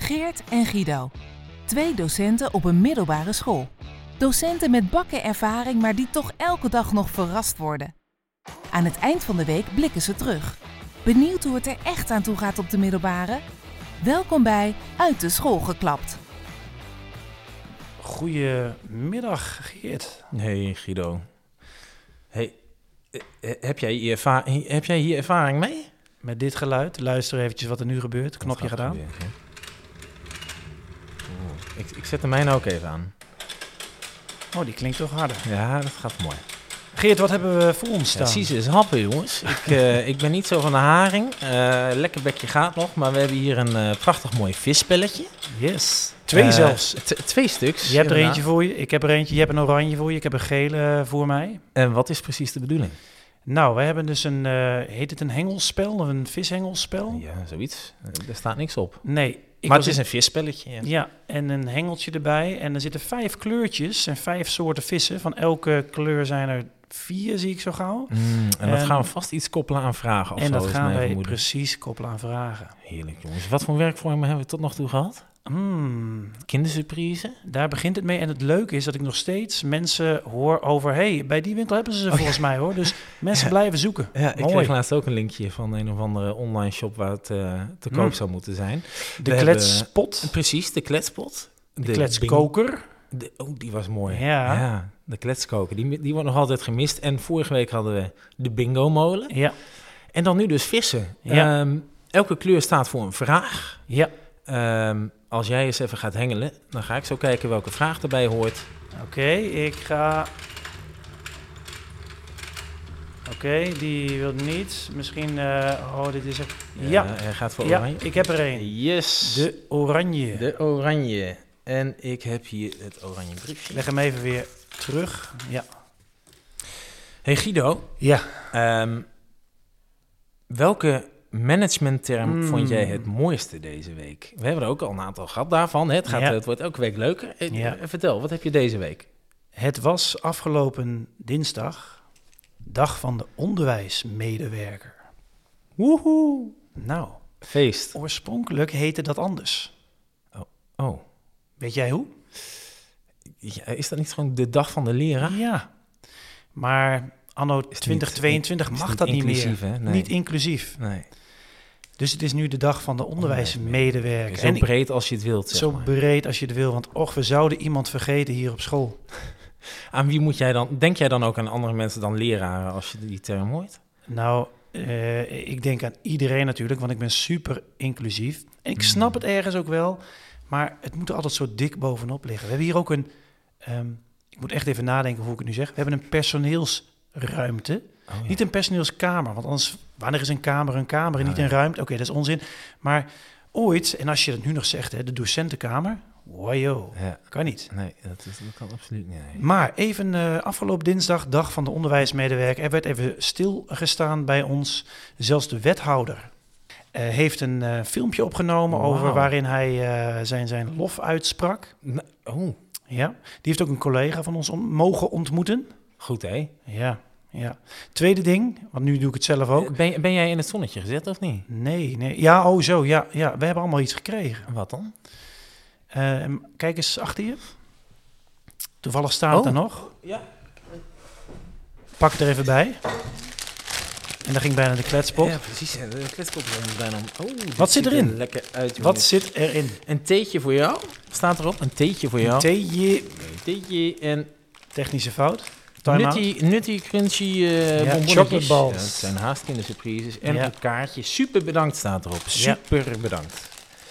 Geert en Guido. 2 docenten op een middelbare school. Docenten met bakken ervaring, maar die toch elke dag nog verrast worden. Aan het eind van de week blikken ze terug. Benieuwd hoe het er echt aan toe gaat op de middelbare? Welkom bij Uit de School geklapt. Goedemiddag, Geert. Hey Guido. Hey, heb jij hier ervaring mee? Met dit geluid, luister eventjes wat er nu gebeurt. Knopje gedaan. Ik zet de mijne ook even aan. Oh, die klinkt toch harder. Ja, dat gaat mooi. Geert, wat hebben we voor ons staan? Precies, is happen jongens. Ik ben niet zo van de haring. Lekker bekje gaat nog, maar we hebben hier een prachtig mooi visspelletje. Yes. 2 zelfs. 2 stuks. Je hebt er eentje voor je, ik heb er eentje. Je hebt een oranje voor je, ik heb een gele voor mij. En wat is precies de bedoeling? Nou, we hebben dus heet het een hengelspel of een vishengelspel? Ja, zoiets. Er staat niks op. Nee. Maar het is een visspelletje. Ja. Ja, en een hengeltje erbij. En er zitten 5 kleurtjes en 5 soorten vissen. Van elke kleur zijn er 4, zie ik zo gauw. En dat gaan we vast iets koppelen aan vragen. Of en zo, dat gaan wij vermoeden. precies koppelen aan vragen. Heerlijk jongens. Wat voor werkvormen hebben we tot nog toe gehad? Kindersurprise? Daar begint het mee. En het leuke is dat ik nog steeds mensen hoor over... hey, bij die winkel hebben ze volgens mij hoor. Dus mensen blijven zoeken. Ja, ik Mooi. kreeg laatst ook een linkje van een of andere online shop waar het te koop zou moeten zijn. De kletspot. Precies, de kletspot. De kletskoker. Die was mooi. Ja. De kletskoker. Die wordt nog altijd gemist. En vorige week hadden we de bingo molen. Ja. En dan nu dus vissen. Ja. Elke kleur staat voor een vraag. Ja. Als jij eens even gaat hengelen, dan ga ik zo kijken welke vraag erbij hoort. Oké, ik ga... Oké, die wil niet. Misschien... dit is er... Ja. Hij gaat voor ja, oranje. ik heb er een. Yes. De oranje. De oranje. En ik heb hier het oranje briefje. Leg hem even weer terug. Ja. Hey Guido. Ja. Welke managementterm vond jij het mooiste deze week? We hebben er ook al een aantal gehad daarvan. Het wordt elke week leuker. Ja. Vertel, wat heb je deze week? Het was afgelopen dinsdag, dag van de onderwijsmedewerker. Woehoe. Nou, Feest. oorspronkelijk heette dat anders. Oh. Weet jij hoe? Ja, is dat niet gewoon de dag van de leraar? Ja, maar anno 2022 mag dat niet meer. Hè? Nee. Niet inclusief. Nee. Dus het is nu de dag van de onderwijsmedewerker. Zo breed als je het wilt, zeg Zo maar. breed als je het wil, want we zouden iemand vergeten hier op school. Aan wie moet jij dan... Denk jij dan ook aan andere mensen dan leraren als je die term hoort? Nou, ik denk aan iedereen natuurlijk, want ik ben super inclusief. En ik snap het ergens ook wel, maar het moet er altijd zo dik bovenop liggen. We hebben hier ook een... ik moet echt even nadenken hoe ik het nu zeg. We hebben een personeelsruimte. Oh, ja. Niet een personeelskamer, want anders... Wanneer is een kamer en niet een ruimte? Oké, dat is onzin. Maar ooit, en als je het nu nog zegt, hè, de docentenkamer... Wow, kan niet. Nee, dat kan absoluut niet. Nee. Maar even afgelopen dinsdag, dag van de onderwijsmedewerker... er werd even stilgestaan bij ons. Zelfs de wethouder heeft een filmpje opgenomen... over waarin hij zijn lof uitsprak. Ja, die heeft ook een collega van ons mogen ontmoeten. Goed, hè? Ja. Tweede ding, want nu doe ik het zelf ook. Ben jij in het zonnetje gezet of niet? Nee. Ja, zo, ja. We hebben allemaal iets gekregen. Wat dan? Kijk eens achter je. Toevallig staat het er nog. Ja. Pak het er even bij. En dan ging bijna de kletspot. Ja, precies. De kletspot is bijna... Wat zit erin? Lekker uit, Wat zit erin? Een theetje voor jou. Staat erop. Een theetje voor jou. Theetje. Een theetje en... Technische fout. Nutty crunchy chocolate balls. Ja, het zijn haast kindersurprises. En een kaartje. Super bedankt staat erop. Super bedankt.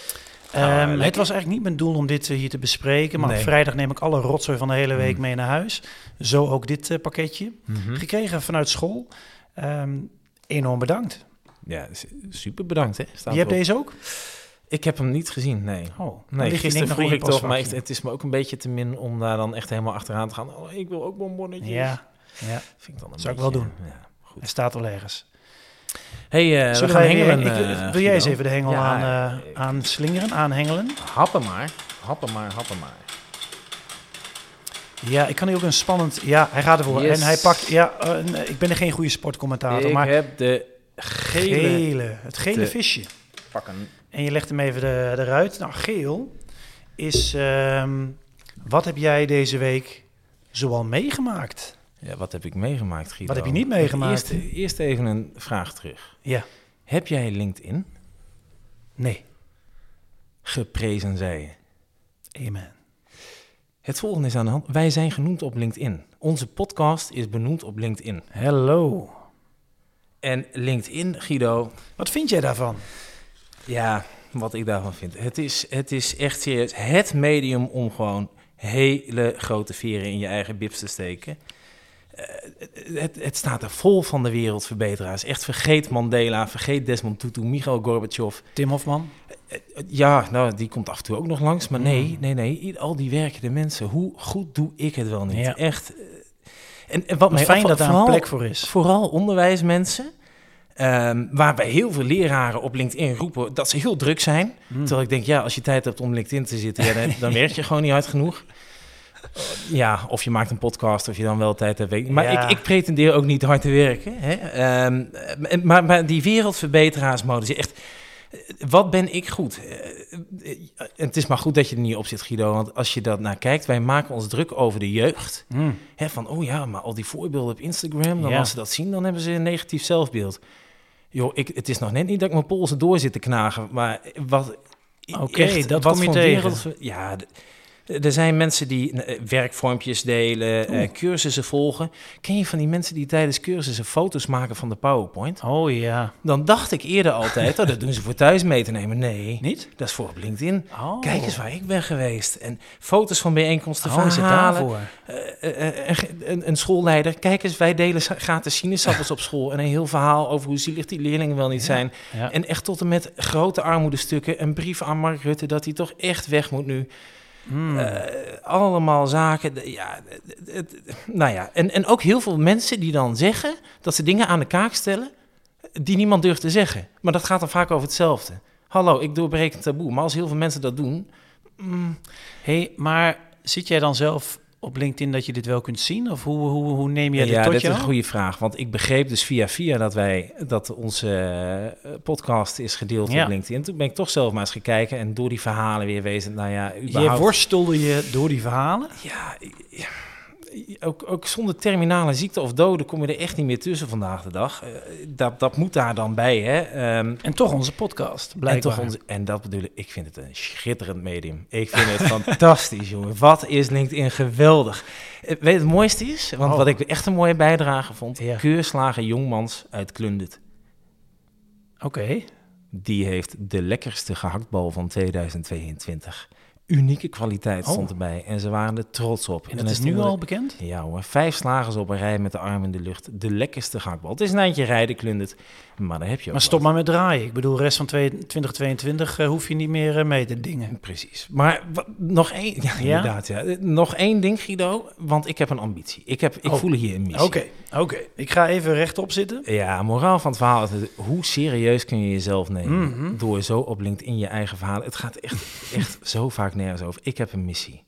Het was eigenlijk niet mijn doel om dit hier te bespreken. Maar op vrijdag neem ik alle rotzooi van de hele week mee naar huis. Zo ook dit pakketje. Gekregen vanuit school. Enorm bedankt. Ja, super bedankt. Hè? Je hebt deze ook? Ik heb hem niet gezien, nee. Gisteren vroeg ik toch, maar het is me ook een beetje te min om daar dan echt helemaal achteraan te gaan. Oh, ik wil ook bonbonnetjes. Ja. Vind ik dan zou ik wel doen. Ja, goed. Hij staat wel ergens. Hey, we gaan hengelen. Wil jij eens even de hengel aan slingeren, aanhengelen? Happen maar. Ja, ik kan hier ook een spannend... Ja, hij gaat ervoor. Yes. En hij pakt... Ja, ik ben geen goede sportcommentator, maar... Ik heb de gele... Het gele visje. pakken. En je legt hem even eruit. Nou, geel is... wat heb jij deze week zoal meegemaakt? Ja, wat heb ik meegemaakt, Guido? Wat heb je niet meegemaakt? Eerst even een vraag terug. Ja. Heb jij LinkedIn? Nee. Geprezen zij je. Amen. Het volgende is aan de hand. Wij zijn genoemd op LinkedIn. Onze podcast is benoemd op LinkedIn. Hello. En LinkedIn, Guido... Wat vind jij daarvan? Ja, wat ik daarvan vind. Het is echt serieus het medium om gewoon hele grote veren in je eigen bibs te steken. Het staat er vol van de wereldverbeteraars. Echt, vergeet Mandela, vergeet Desmond Tutu, Michail Gorbachev. Tim Hofman? Ja, nou, die komt af en toe ook nog langs. Maar nee, al die werkende mensen. Hoe goed doe ik het wel niet? Ja. Echt. En wat mij fijn dat daar een plek voor is. Vooral onderwijsmensen. Waarbij heel veel leraren op LinkedIn roepen dat ze heel druk zijn. Terwijl ik denk, ja, als je tijd hebt om LinkedIn te zitten, ja, dan werk je gewoon niet hard genoeg. Ja, of je maakt een podcast of je dan wel tijd hebt. Weet ik. Maar ja. ik pretendeer ook niet hard te werken. Hè? Maar die wereldverbeteraarsmodus, echt... Wat ben ik goed? Het is maar goed dat je er niet op zit, Guido. Want als je dat naar kijkt, wij maken ons druk over de jeugd. Van, oh ja, maar al die voorbeelden op Instagram, dan als ze dat zien, dan hebben ze een negatief zelfbeeld. Joh, het is nog net niet dat ik mijn polsen door zit te knagen. Maar wat... Oké, dat kom je tegen. Ja... Er zijn mensen die werkvormpjes delen, cursussen volgen. Ken je van die mensen die tijdens cursussen foto's maken van de PowerPoint? Oh ja. Dan dacht ik eerder altijd, dat doen ze voor thuis mee te nemen. Nee, niet? Dat is voor op LinkedIn. Oh. Kijk eens waar ik ben geweest. En foto's van bijeenkomsten, is het daarvoor? Een schoolleider. Kijk eens, wij delen gratis sinaasappels op school. En een heel verhaal over hoe zielig die leerlingen wel niet zijn. Ja. En echt tot en met grote armoedestukken. Een brief aan Mark Rutte dat hij toch echt weg moet nu. Allemaal zaken. Nou ja, en ook heel veel mensen die dan zeggen dat ze dingen aan de kaak stellen die niemand durft te zeggen. Maar dat gaat dan vaak over hetzelfde. Hallo, ik doorbreek een taboe. Maar als heel veel mensen dat doen... maar zit jij dan zelf op LinkedIn dat je dit wel kunt zien? Of hoe neem jij dit tot jou? Ja, dat is een goede vraag. Want ik begreep dus via dat onze podcast is gedeeld op LinkedIn. Toen ben ik toch zelf maar eens gekeken en door die verhalen weer wezen. Nou ja, überhaupt... Je worstelde je door die verhalen? Ja, ook zonder terminale ziekte of doden kom je er echt niet meer tussen vandaag de dag. Dat moet daar dan bij, hè. En toch onze podcast, blijkbaar. En dat bedoel ik vind het een schitterend medium. Ik vind het fantastisch, jongen. Wat is LinkedIn geweldig. Weet je het mooiste is? Want wat ik echt een mooie bijdrage vond. Ja. Keurslager Jongmans uit Klundert. Oké. Die heeft de lekkerste gehaktbal van 2022. Unieke kwaliteit stond erbij en ze waren er trots op. En dat is nu al bekend? Ja hoor, 5 slagers op een rij met de arm in de lucht. De lekkerste gehaktbal. Het is een eindje rijden, Klundert, maar daar heb je ook. Maar stop maar met draaien. Ik bedoel, de rest van 2022 hoef je niet meer mee te dingen. Precies. Maar nog één, inderdaad. Ja. Nog één ding, Guido, want ik heb een ambitie. Ik voel hier een missie. Oké. Ik ga even rechtop zitten. Ja, moraal van het verhaal is, hoe serieus kun je jezelf nemen door zo op LinkedIn je eigen verhaal. Het gaat echt zo vaak nergens over. Ik heb een missie.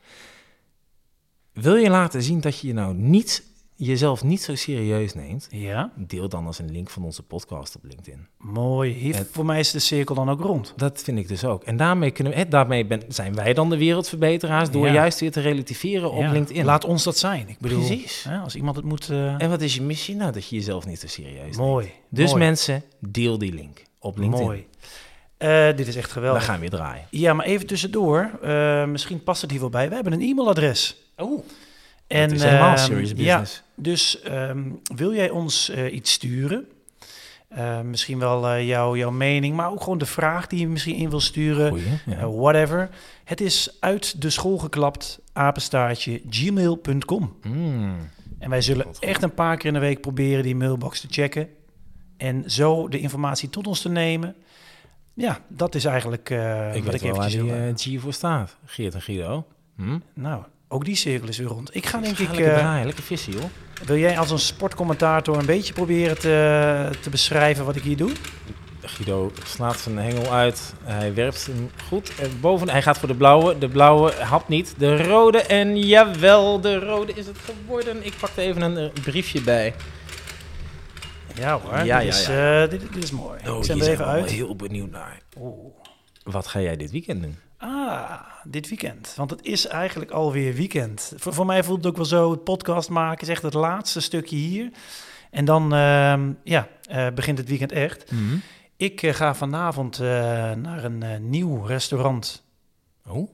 Wil je laten zien dat je jezelf niet zo serieus neemt? Ja. Deel dan als een link van onze podcast op LinkedIn. Mooi. Voor mij is de cirkel dan ook rond. Dat vind ik dus ook. En daarmee zijn wij dan de wereldverbeteraars door juist weer te relativeren op LinkedIn. Laat ons dat zijn. Ik bedoel, precies. Als iemand het moet... En wat is je missie? Nou, dat je jezelf niet zo serieus neemt. Dus mensen, deel die link op LinkedIn. Mooi. Dit is echt geweldig. Dan gaan we weer draaien. Ja, maar even tussendoor. Misschien past het hier wel bij. We hebben een e-mailadres. En dat is helemaal serious business. Ja, dus wil jij ons iets sturen? Misschien wel jouw mening, maar ook gewoon de vraag die je misschien in wil sturen. Goeie, whatever. Het is uit de school geklapt, @gmail.com. En wij zullen echt een paar keer in de week proberen die mailbox te checken. En zo de informatie tot ons te nemen. Ja, dat is eigenlijk wat ik eventjes wil. G voor staat, Geert en Guido. Nou, ook die cirkel is weer rond. Ik ga denk ik... lekker draaien, lekker vissen, joh. Wil jij als een sportcommentator een beetje proberen te beschrijven wat ik hier doe? Guido slaat zijn hengel uit. Hij werpt hem goed. En hij gaat voor de blauwe. De blauwe hapt niet. De rode. En jawel, de rode is het geworden. Ik pak er even een briefje bij. Ja hoor, Ja, dit is mooi. Oh, Ik zet hier er zijn even we wel uit. heel benieuwd naar. Oh. Wat ga jij dit weekend doen? Dit weekend. Want het is eigenlijk alweer weekend. Voor mij voelt het ook wel zo, het podcast maken is echt het laatste stukje hier. En dan begint het weekend echt. Mm-hmm. Ik ga vanavond naar een nieuw restaurant Oh?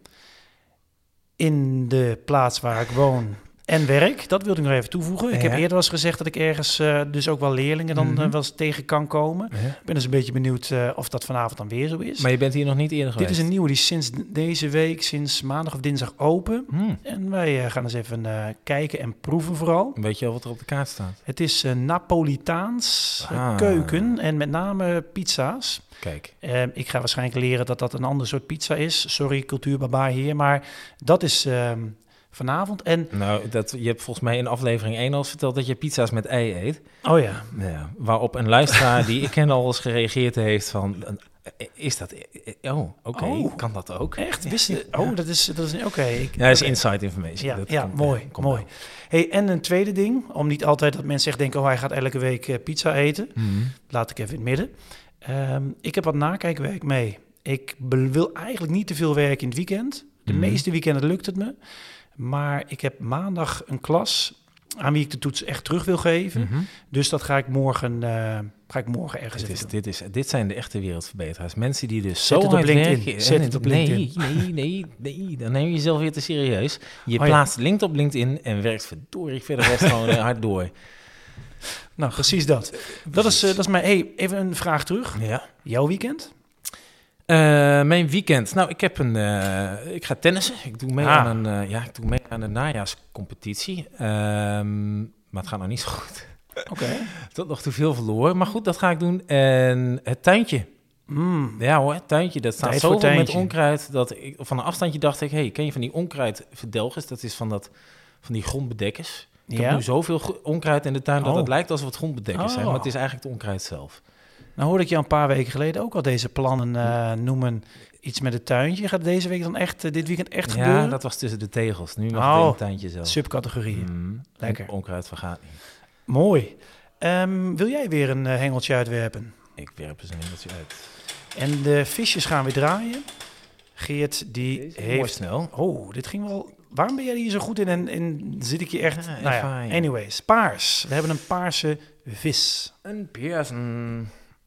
in de plaats waar ik woon en werk. Dat wilde ik nog even toevoegen. Ik heb Ja. eerder wel eens gezegd dat ik ergens dus ook wel leerlingen dan wel eens tegen kan komen. Ja. Ik ben dus een beetje benieuwd of dat vanavond dan weer zo is. Maar je bent hier nog niet eerder Dit geweest? is een nieuwe, die is sinds deze week, sinds maandag of dinsdag open. En wij gaan eens even kijken en proeven vooral. Weet je al wat er op de kaart staat? Het is Napolitaans keuken en met name pizza's. Kijk. Ik ga waarschijnlijk leren dat dat een ander soort pizza is. Sorry, cultuurbarbaar hier, maar dat is vanavond. En Nou, je hebt volgens mij in aflevering 1 al eens verteld dat je pizza's met ei eet. oh ja, Ja, waarop een luisteraar die ik ken al eens gereageerd heeft van... Is dat... Oh, oké. Oh. Kan dat ook? echt? Wist je? Oh, dat is oké. Ja, dat is inside information. Ja, Dat ja, komt- mooi, komt mooi. Hey, en een tweede ding, om niet altijd dat mensen echt denken... oh, hij gaat elke week pizza eten. wel. Mhm. Laat ik even in het midden. Ik heb wat nakijkwerk mee. Ik wil eigenlijk niet te veel werken in het weekend. De meeste weekenden lukt het me. Maar ik heb maandag een klas aan wie ik de toets echt terug wil geven. Mhm. Dus dat ga ik morgen ergens even doen. Dit zijn de echte wereldverbeteraars. Mensen die dus Zet zo het op hard LinkedIn. werken. Zet het op LinkedIn. Nee. Dan neem je jezelf weer te serieus. Je ja. plaatst link op LinkedIn en werkt verdorie verder rest gewoon hard door. Nou, precies dat. Dat is mijn... Hey, even een vraag terug. Ja. Jouw weekend? Mijn weekend. Nou, ik ga tennissen. Ik doe mee aan een najaarscompetitie. Maar het gaat nog niet zo goed. Oké. Tot nog te veel verloren. Maar goed, dat ga ik doen. En het tuintje. Ja hoor, het tuintje. Dat staat Tijd voor zoveel met tuintje. onkruid. Dat ik van een afstandje dacht ik... Hey, ken je van die onkruidverdelgers? Dat is van die grondbedekkers. Ik heb nu zoveel onkruid in de tuin dat Oh. het lijkt alsof het grondbedekkers zijn. Oh. Maar het is eigenlijk het onkruid zelf. Nou hoorde ik je een paar weken geleden ook al deze plannen noemen. Iets met het tuintje. Gaat deze week dan echt, dit weekend echt Ja, gebeuren? dat was tussen de tegels. Nu mag het in het tuintje zelf. Subcategorieën. Lekker. Onkruid vergaat niet. Mooi. Wil jij weer een hengeltje uitwerpen? Ik werp eens een hengeltje uit. En de visjes gaan weer draaien. Geert, die Mooi heeft... snel. Oh, dit ging wel... Waarom ben jij hier zo goed in? En zit ik hier echt... Ja, nou ja, ervaring. anyways. Paars. We hebben een paarse vis. Een Pearson.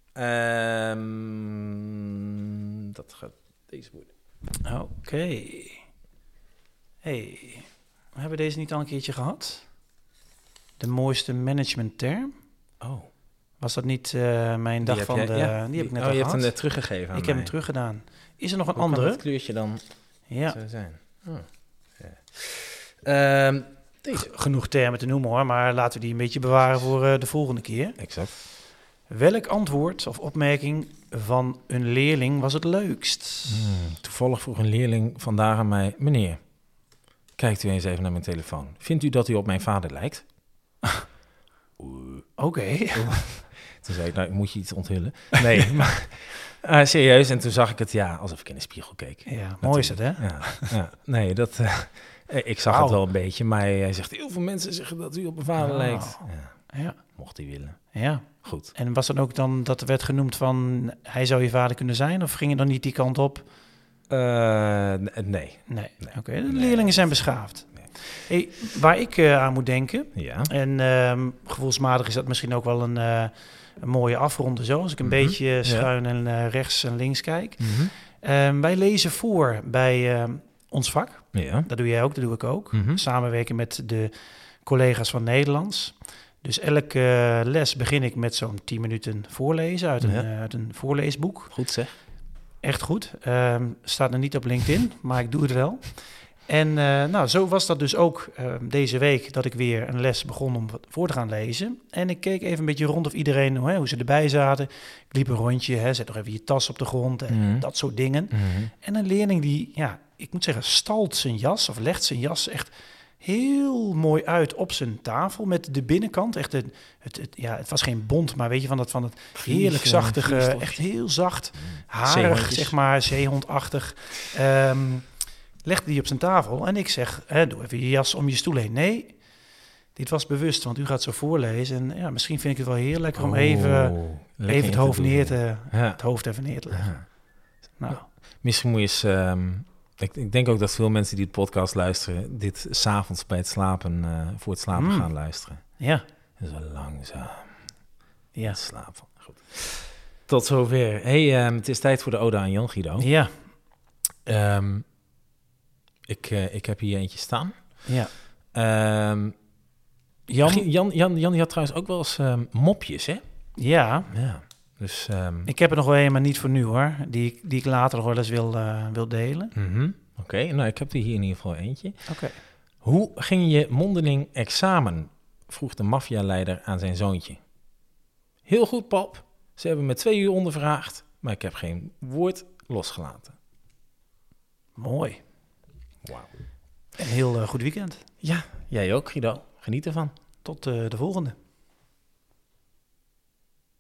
Dat gaat deze worden. Oké. Hey, hebben we deze niet al een keertje gehad? De mooiste managementterm? Oh. Was dat niet mijn dag van de... die heb ik net al je hebt gehad. hem net teruggegeven aan Ik heb mij. hem teruggedaan. Is er nog een Hoe kan andere? dat kleurtje dan Ja, zo zijn? Oh. Ja. Deze. genoeg termen te noemen hoor, maar laten we die een beetje bewaren voor de volgende keer. Exact. Welk antwoord of opmerking van een leerling was het leukst? Toevallig vroeg een leerling vandaag aan mij... Meneer, kijkt u eens even naar mijn telefoon. Vindt u dat u op mijn vader lijkt? Oké. Toen zei ik, nou, moet je iets onthullen? Nee, maar serieus. En toen zag ik het, alsof ik in de spiegel keek. Ja, mooi is het hè? Ja. Nee, dat... ik zag Wauw. het wel een beetje, maar hij zegt... Heel veel mensen zeggen dat u op mijn vader Wauw. lijkt. Ja, Ja, mocht hij willen. ja. Goed. En was dan ook dan dat er werd genoemd van hij zou je vader kunnen zijn? Of ging je dan niet die kant op? Nee. Nee. Oké, de leerlingen zijn beschaafd. Nee. Hey, waar ik aan moet denken, Ja. en gevoelsmatig is dat misschien ook wel een mooie afronde zo, als ik een beetje schuin en rechts en links kijk. Wij lezen voor bij ons vak. Ja. Dat doe jij ook, dat doe ik ook. Mhm. Samenwerken met de collega's van Nederlands. Dus elke les begin ik met zo'n 10 minuten voorlezen uit een voorleesboek. Goed zeg. Echt goed. Staat er niet op LinkedIn, maar ik doe het wel. En zo was dat dus ook deze week dat ik weer een les begon om voor te gaan lezen. En ik keek even een beetje rond of iedereen, hoe ze erbij zaten. Ik liep een rondje, zet nog even je tas op de grond en dat soort dingen. En een leerling die, ik moet zeggen, stalt zijn jas of legt zijn jas echt heel mooi uit op zijn tafel met de binnenkant. Echt het was geen bont, maar weet je, van het heerlijk zachtige, echt heel zacht, harig, Zeehondjes. zeg maar, zeehondachtig. Legde die op zijn tafel en ik zeg, doe even je jas om je stoel heen. Nee, Dit was bewust, want u gaat zo voorlezen. En ja, misschien vind ik het wel heel lekker om even het hoofd het hoofd even neer te leggen. Ja. Nou, Misschien moet je eens... Ik denk ook dat veel mensen die het podcast luisteren... dit 's avonds bij het slapen, voor het slapen gaan luisteren. ja. En zo langzaam Ja. slapen. Goed. Tot zover. Hey, het is tijd voor de ode aan Jan, Guido. Ja. Ik heb hier eentje staan. Ja. Jan die had trouwens ook wel eens mopjes, hè? Ja. Ja. Dus, Ik heb er nog wel een, maar niet voor nu hoor. Die ik later nog wel eens wil delen. Oké, nou ik heb er hier in ieder geval eentje. Oké. Hoe ging je mondeling examen? Vroeg de maffialeider aan zijn zoontje. Heel goed, pap. Ze hebben me 2 uur ondervraagd, maar ik heb geen woord losgelaten. Mooi. Wauw. Een heel goed weekend. Ja, jij ook, Guido. Geniet ervan. Tot de volgende.